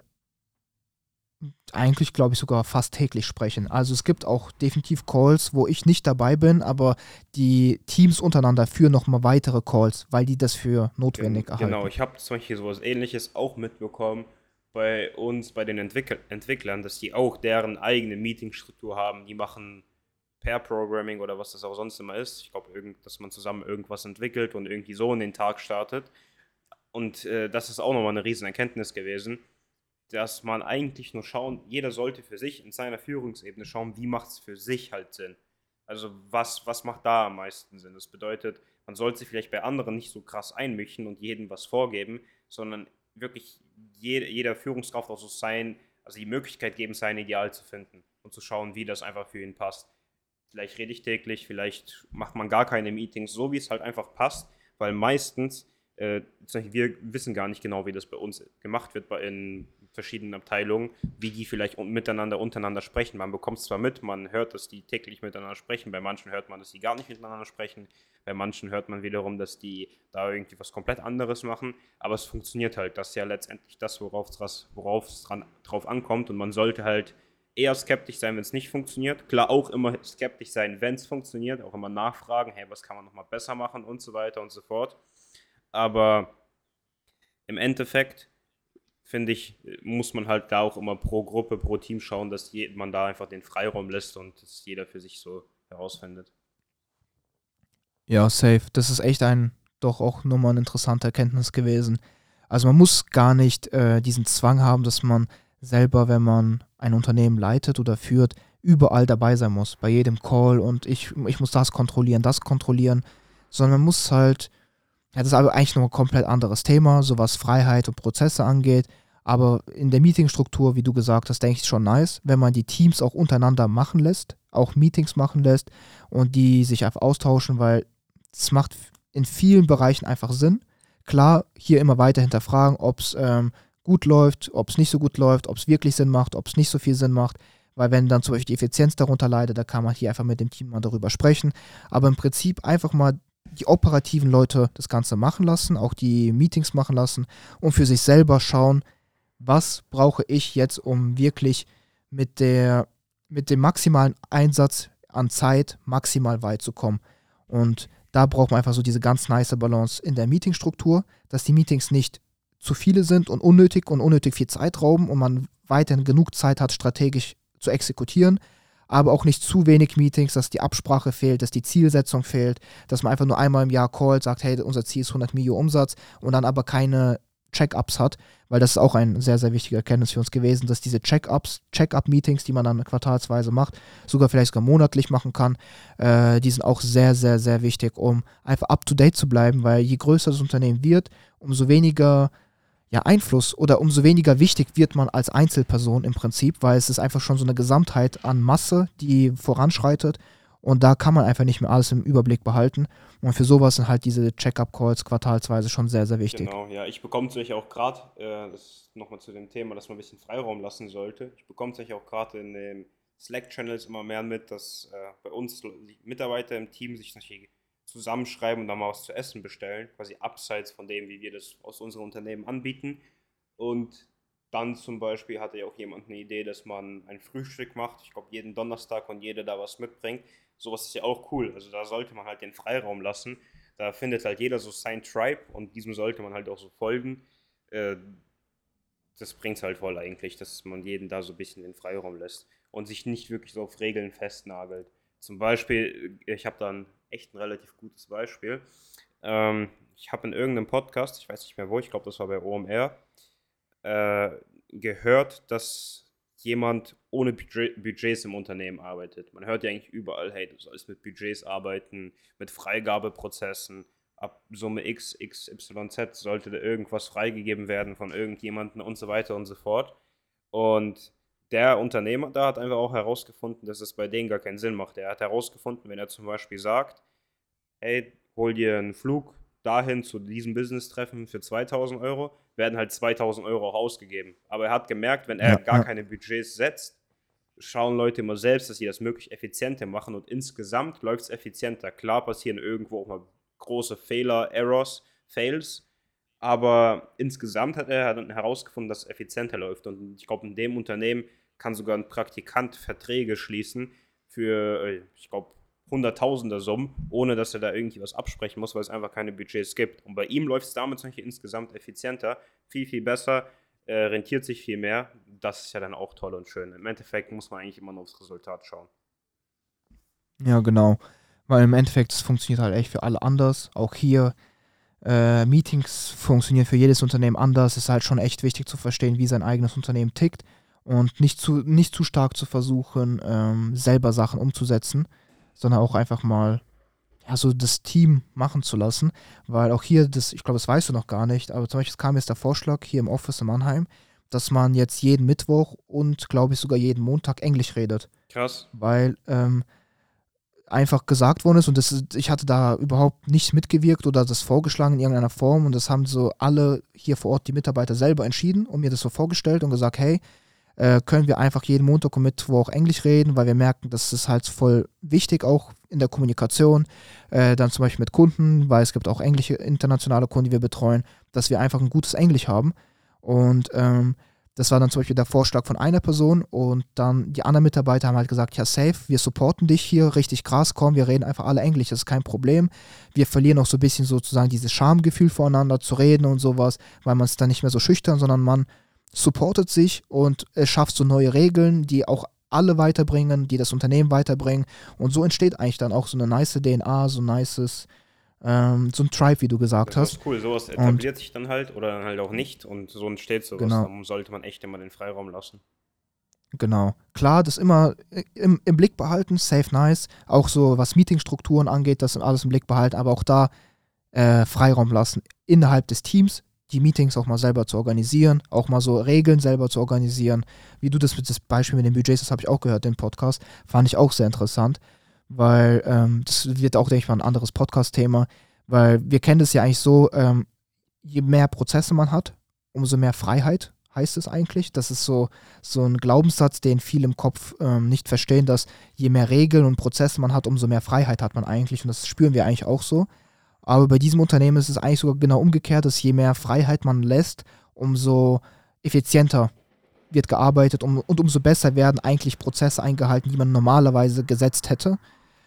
eigentlich, glaube ich, sogar fast täglich sprechen. Also es gibt auch definitiv Calls, wo ich nicht dabei bin, aber die Teams untereinander führen nochmal weitere Calls, weil die das für notwendig erhalten. Genau, ich habe zum Beispiel sowas Ähnliches auch mitbekommen bei uns, bei den Entwicklern, dass die auch deren eigene Meetingstruktur haben. Die machen Pair-Programming oder was das auch sonst immer ist. Ich glaube, dass man zusammen irgendwas entwickelt und irgendwie so in den Tag startet. Und das ist auch nochmal eine riesen Erkenntnis gewesen, dass man eigentlich nur jeder sollte für sich in seiner Führungsebene schauen, wie macht es für sich halt Sinn. Also was macht da am meisten Sinn? Das bedeutet, man sollte sich vielleicht bei anderen nicht so krass einmischen und jedem was vorgeben, sondern wirklich jeder Führungskraft auch also die Möglichkeit geben, sein Ideal zu finden und zu schauen, wie das einfach für ihn passt. Vielleicht rede ich täglich, vielleicht macht man gar keine Meetings, so wie es halt einfach passt, weil meistens, wir wissen gar nicht genau, wie das bei uns gemacht wird in verschiedenen Abteilungen, wie die vielleicht untereinander sprechen. Man bekommt es zwar mit, man hört, dass die täglich miteinander sprechen, bei manchen hört man, dass die gar nicht miteinander sprechen, bei manchen hört man wiederum, dass die da irgendwie was komplett anderes machen, aber es funktioniert halt. Das ist ja letztendlich das, worauf es drauf ankommt und man sollte halt eher skeptisch sein, wenn es nicht funktioniert. Klar, auch immer skeptisch sein, wenn es funktioniert, auch immer nachfragen, hey, was kann man nochmal besser machen und so weiter und so fort. Aber im Endeffekt, finde ich, muss man halt da auch immer pro Gruppe, pro Team schauen, dass man da einfach den Freiraum lässt und dass jeder für sich so herausfindet. Ja, safe. Das ist echt doch auch nochmal eine interessante Erkenntnis gewesen. Also man muss gar nicht diesen Zwang haben, dass man selber, wenn man ein Unternehmen leitet oder führt, überall dabei sein muss, bei jedem Call und ich muss das kontrollieren, sondern man muss halt, ja, das ist aber eigentlich noch ein komplett anderes Thema, so was Freiheit und Prozesse angeht, aber in der Meetingstruktur, wie du gesagt hast, denke ich schon nice, wenn man die Teams auch untereinander machen lässt, auch Meetings machen lässt und die sich einfach austauschen, weil es macht in vielen Bereichen einfach Sinn. Klar, hier immer weiter hinterfragen, ob es gut läuft, ob es nicht so gut läuft, ob es wirklich Sinn macht, ob es nicht so viel Sinn macht. Weil wenn dann zum Beispiel die Effizienz darunter leidet, da kann man hier einfach mit dem Team mal darüber sprechen. Aber im Prinzip einfach mal die operativen Leute das Ganze machen lassen, auch die Meetings machen lassen und für sich selber schauen, was brauche ich jetzt, um wirklich mit dem maximalen Einsatz an Zeit maximal weit zu kommen. Und da braucht man einfach so diese ganz nice Balance in der Meetingstruktur, dass die Meetings nicht zu viele sind und unnötig viel Zeit rauben und man weiterhin genug Zeit hat, strategisch zu exekutieren, aber auch nicht zu wenig Meetings, dass die Absprache fehlt, dass die Zielsetzung fehlt, dass man einfach nur einmal im Jahr callt, sagt, hey, unser Ziel ist 100 Mio Umsatz und dann aber keine Check-ups hat, weil das ist auch ein sehr, sehr wichtiger Erkenntnis für uns gewesen, dass diese Check-up-Meetings, die man dann quartalsweise macht, vielleicht sogar monatlich machen kann, die sind auch sehr, sehr, sehr wichtig, um einfach up-to-date zu bleiben, weil je größer das Unternehmen wird, umso weniger Einfluss oder umso weniger wichtig wird man als Einzelperson im Prinzip, weil es ist einfach schon so eine Gesamtheit an Masse, die voranschreitet und da kann man einfach nicht mehr alles im Überblick behalten und für sowas sind halt diese Check-up-Calls quartalsweise schon sehr, sehr wichtig. Genau, ja, ich bekomme es auch gerade, das nochmal zu dem Thema, dass man ein bisschen Freiraum lassen sollte. Ich bekomme es auch gerade in den Slack-Channels immer mehr mit, dass bei uns die Mitarbeiter im Team sich natürlich zusammenschreiben und dann mal was zu essen bestellen, quasi abseits von dem, wie wir das aus unserem Unternehmen anbieten. Und dann zum Beispiel hatte ja auch jemand eine Idee, dass man ein Frühstück macht, ich glaube jeden Donnerstag und jeder da was mitbringt. Sowas ist ja auch cool, also da sollte man halt den Freiraum lassen. Da findet halt jeder so sein Tribe und diesem sollte man halt auch so folgen. Äh, Das bringt es halt voll eigentlich, dass man jeden da so ein bisschen den Freiraum lässt und sich nicht wirklich so auf Regeln festnagelt. Zum Beispiel, ich habe da echt ein relativ gutes Beispiel. Ich habe in irgendeinem Podcast, ich weiß nicht mehr wo, ich glaube, das war bei OMR, äh, gehört, dass jemand ohne Budgets im Unternehmen arbeitet. Man hört ja eigentlich überall, hey, du sollst mit Budgets arbeiten, mit Freigabeprozessen. Ab Summe X, X, Y, Z sollte da irgendwas freigegeben werden von irgendjemandem und so weiter und so fort. Und der Unternehmer da hat einfach auch herausgefunden, dass es bei denen gar keinen Sinn macht. Er hat herausgefunden, wenn er zum Beispiel sagt, hey, hol dir einen Flug dahin zu diesem Business-Treffen für 2000 Euro, werden halt 2000 Euro auch ausgegeben. Aber er hat gemerkt, wenn er gar keine Budgets setzt, schauen Leute immer selbst, dass sie das möglichst effizienter machen und insgesamt läuft es effizienter. Klar passieren irgendwo auch mal große Fehler, Errors, Fails, aber insgesamt hat er dann herausgefunden, dass es effizienter läuft und ich glaube, in dem Unternehmen kann sogar ein Praktikant Verträge schließen für, ich glaube, Hunderttausender Summen, ohne dass er da irgendwie was absprechen muss, weil es einfach keine Budgets gibt. Und bei ihm läuft es damit zum Beispiel insgesamt effizienter, viel, viel besser, rentiert sich viel mehr. Das ist ja dann auch toll und schön. Im Endeffekt muss man eigentlich immer nur aufs Resultat schauen. Ja, genau. Weil im Endeffekt, es funktioniert halt echt für alle anders. Auch hier, Meetings funktionieren für jedes Unternehmen anders. Es ist halt schon echt wichtig zu verstehen, wie sein eigenes Unternehmen tickt und nicht zu stark zu versuchen, selber Sachen umzusetzen, sondern auch einfach mal so das Team machen zu lassen. Weil auch hier, ich glaube, das weißt du noch gar nicht, aber zum Beispiel kam jetzt der Vorschlag hier im Office in Mannheim, dass man jetzt jeden Mittwoch und, glaube ich, sogar jeden Montag Englisch redet. Krass. Weil einfach gesagt worden ist und ich hatte da überhaupt nicht mitgewirkt oder das vorgeschlagen in irgendeiner Form und das haben so alle hier vor Ort, die Mitarbeiter selber entschieden und mir das so vorgestellt und gesagt, hey, können wir einfach jeden Montag und Mittwoch Englisch reden, weil wir merken, das ist halt voll wichtig auch in der Kommunikation, dann zum Beispiel mit Kunden, weil es gibt auch englische internationale Kunden, die wir betreuen, dass wir einfach ein gutes Englisch haben und das war dann zum Beispiel der Vorschlag von einer Person und dann die anderen Mitarbeiter haben halt gesagt, ja safe, wir supporten dich hier richtig krass, komm, wir reden einfach alle Englisch, das ist kein Problem. Wir verlieren auch so ein bisschen sozusagen dieses Schamgefühl voreinander zu reden und sowas, weil man ist dann nicht mehr so schüchtern, sondern man supportet sich und schafft so neue Regeln, die auch alle weiterbringen, die das Unternehmen weiterbringen und so entsteht eigentlich dann auch so eine nice DNA, so ein nices so ein Tribe, wie du gesagt hast. Das ist cool, sowas etabliert sich dann halt oder dann halt auch nicht und so entsteht sowas. Genau. Da sollte man echt immer den Freiraum lassen. Genau. Klar, das immer im Blick behalten, safe nice. Auch so, was Meetingstrukturen angeht, das alles im Blick behalten, aber auch da Freiraum lassen innerhalb des Teams, die Meetings auch mal selber zu organisieren, auch mal so Regeln selber zu organisieren. Wie du das Beispiel mit den Budgets, das habe ich auch gehört, den Podcast, fand ich auch sehr interessant, weil das wird auch, denke ich mal, ein anderes Podcast-Thema, weil wir kennen das ja eigentlich so, je mehr Prozesse man hat, umso mehr Freiheit heißt es eigentlich. Das ist so ein Glaubenssatz, den viele im Kopf nicht verstehen, dass je mehr Regeln und Prozesse man hat, umso mehr Freiheit hat man eigentlich. Und das spüren wir eigentlich auch so. Aber bei diesem Unternehmen ist es eigentlich sogar genau umgekehrt, dass je mehr Freiheit man lässt, umso effizienter wird gearbeitet und umso besser werden eigentlich Prozesse eingehalten, die man normalerweise gesetzt hätte,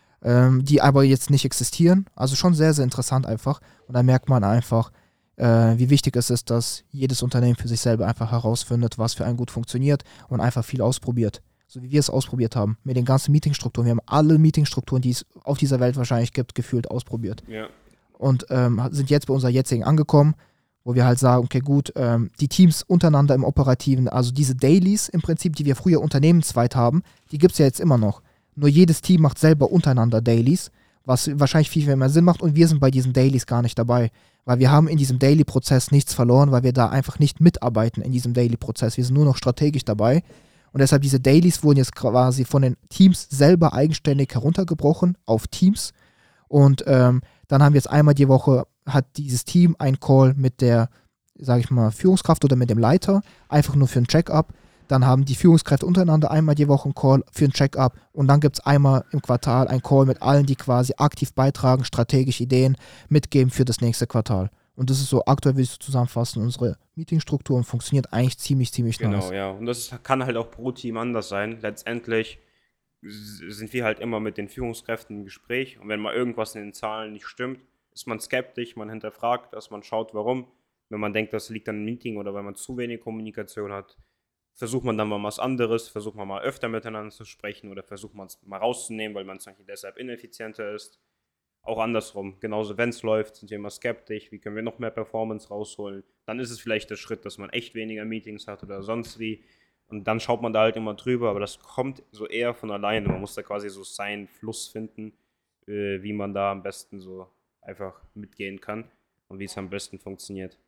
die aber jetzt nicht existieren. Also schon sehr, sehr interessant einfach. Und da merkt man einfach, wie wichtig es ist, dass jedes Unternehmen für sich selber einfach herausfindet, was für einen gut funktioniert und einfach viel ausprobiert. So wie wir es ausprobiert haben mit den ganzen Meetingstrukturen. Wir haben alle Meetingstrukturen, die es auf dieser Welt wahrscheinlich gibt, gefühlt ausprobiert. Ja. Und sind jetzt bei unserer jetzigen angekommen, wo wir halt sagen, okay gut, die Teams untereinander im Operativen, also diese Dailies im Prinzip, die wir früher unternehmensweit haben, die gibt es ja jetzt immer noch. Nur jedes Team macht selber untereinander Dailies, was wahrscheinlich viel mehr Sinn macht und wir sind bei diesen Dailies gar nicht dabei, weil wir haben in diesem Daily-Prozess nichts verloren, weil wir da einfach nicht mitarbeiten in diesem Daily-Prozess. Wir sind nur noch strategisch dabei und deshalb diese Dailies wurden jetzt quasi von den Teams selber eigenständig heruntergebrochen auf Teams und dann haben wir jetzt einmal die Woche, hat dieses Team einen Call mit der, sage ich mal, Führungskraft oder mit dem Leiter, einfach nur für ein Check-up. Dann haben die Führungskräfte untereinander einmal die Woche einen Call für ein Check-up und dann gibt es einmal im Quartal einen Call mit allen, die quasi aktiv beitragen, strategische Ideen mitgeben für das nächste Quartal. Und das ist so aktuell, will ich so zusammenfassen, unsere Meetingstruktur und funktioniert eigentlich ziemlich, ziemlich Genau, nice. ja. Und das kann halt auch pro Team anders sein. Letztendlich sind wir halt immer mit den Führungskräften im Gespräch und wenn mal irgendwas in den Zahlen nicht stimmt, ist man skeptisch, man hinterfragt das, man schaut warum. Wenn man denkt, das liegt an einem Meeting oder wenn man zu wenig Kommunikation hat, versucht man dann mal was anderes, versucht man mal öfter miteinander zu sprechen oder versucht man es mal rauszunehmen, weil man zum Beispiel deshalb ineffizienter ist. Auch andersrum, genauso wenn es läuft, sind wir immer skeptisch, wie können wir noch mehr Performance rausholen. Dann ist es vielleicht der Schritt, dass man echt weniger Meetings hat oder sonst wie. Und dann schaut man da halt immer drüber, aber das kommt so eher von alleine. Man muss da quasi so seinen Fluss finden, wie man da am besten so einfach mitgehen kann und wie es am besten funktioniert.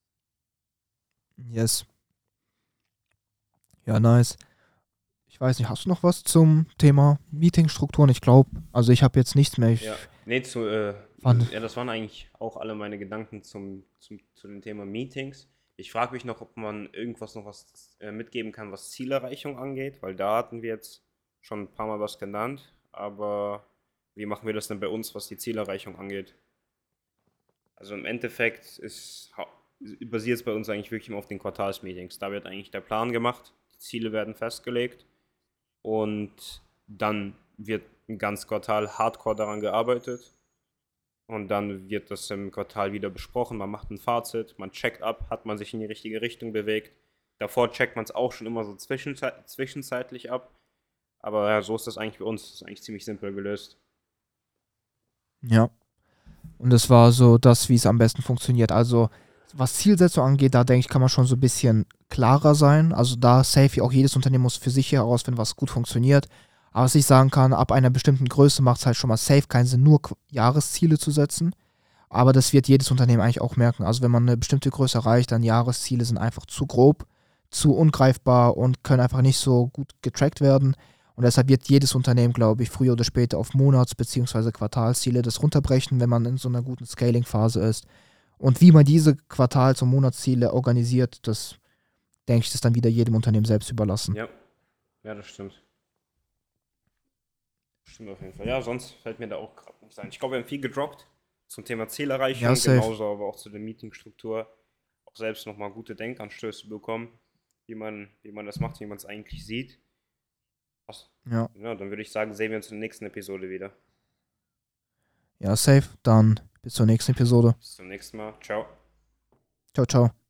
Yes. Ja, nice. Ich weiß nicht, hast du noch was zum Thema Meetingstrukturen? Ich glaube, also ich habe jetzt nichts mehr. Ja, Ich nee, fand, ja, das waren eigentlich auch alle meine Gedanken zu dem Thema Meetings. Ich frage mich noch, ob man irgendwas noch was mitgeben kann, was Zielerreichung angeht, weil da hatten wir jetzt schon ein paar Mal was genannt, aber wie machen wir das denn bei uns, was die Zielerreichung angeht? Also im Endeffekt basiert es bei uns eigentlich wirklich immer auf den Quartalsmeetings. Da wird eigentlich der Plan gemacht, die Ziele werden festgelegt und dann wird ein ganzes Quartal hardcore daran gearbeitet und dann wird das im Quartal wieder besprochen. Man macht ein Fazit, man checkt ab, hat man sich in die richtige Richtung bewegt. Davor checkt man es auch schon immer so zwischenzeitlich ab. Aber ja, so ist das eigentlich bei uns. Das ist eigentlich ziemlich simpel gelöst. ja. Und das war so das, wie es am besten funktioniert. Also, was Zielsetzung angeht, da denke ich, kann man schon so ein bisschen klarer sein. Also, da safe auch jedes Unternehmen muss für sich herausfinden, was gut funktioniert. Aber was ich sagen kann, ab einer bestimmten Größe macht es halt schon mal safe keinen Sinn, nur Jahresziele zu setzen. Aber das wird jedes Unternehmen eigentlich auch merken. Also, wenn man eine bestimmte Größe erreicht, dann Jahresziele sind einfach zu grob, zu ungreifbar und können einfach nicht so gut getrackt werden. Und deshalb wird jedes Unternehmen, glaube ich, früher oder später auf Monats- bzw. Quartalsziele das runterbrechen, wenn man in so einer guten Scaling-Phase ist. Und wie man diese Quartals- und Monatsziele organisiert, das denke ich, ist dann wieder jedem Unternehmen selbst überlassen. Ja, ja, das stimmt. Stimmt auf jeden Fall. Ja, sonst fällt mir da auch gerade nichts ein. Ich glaube, wir haben viel gedroppt zum Thema Ja, Zielerreichung, safe. genauso aber auch zu der Meetingstruktur. Auch selbst nochmal gute Denkanstöße bekommen, wie man das macht, wie man es eigentlich sieht. Was? Ja, Ja, dann würde ich sagen, sehen wir uns in der nächsten Episode wieder. ja, safe. Dann bis zur nächsten Episode. Bis zum nächsten Mal. Ciao. Ciao, ciao.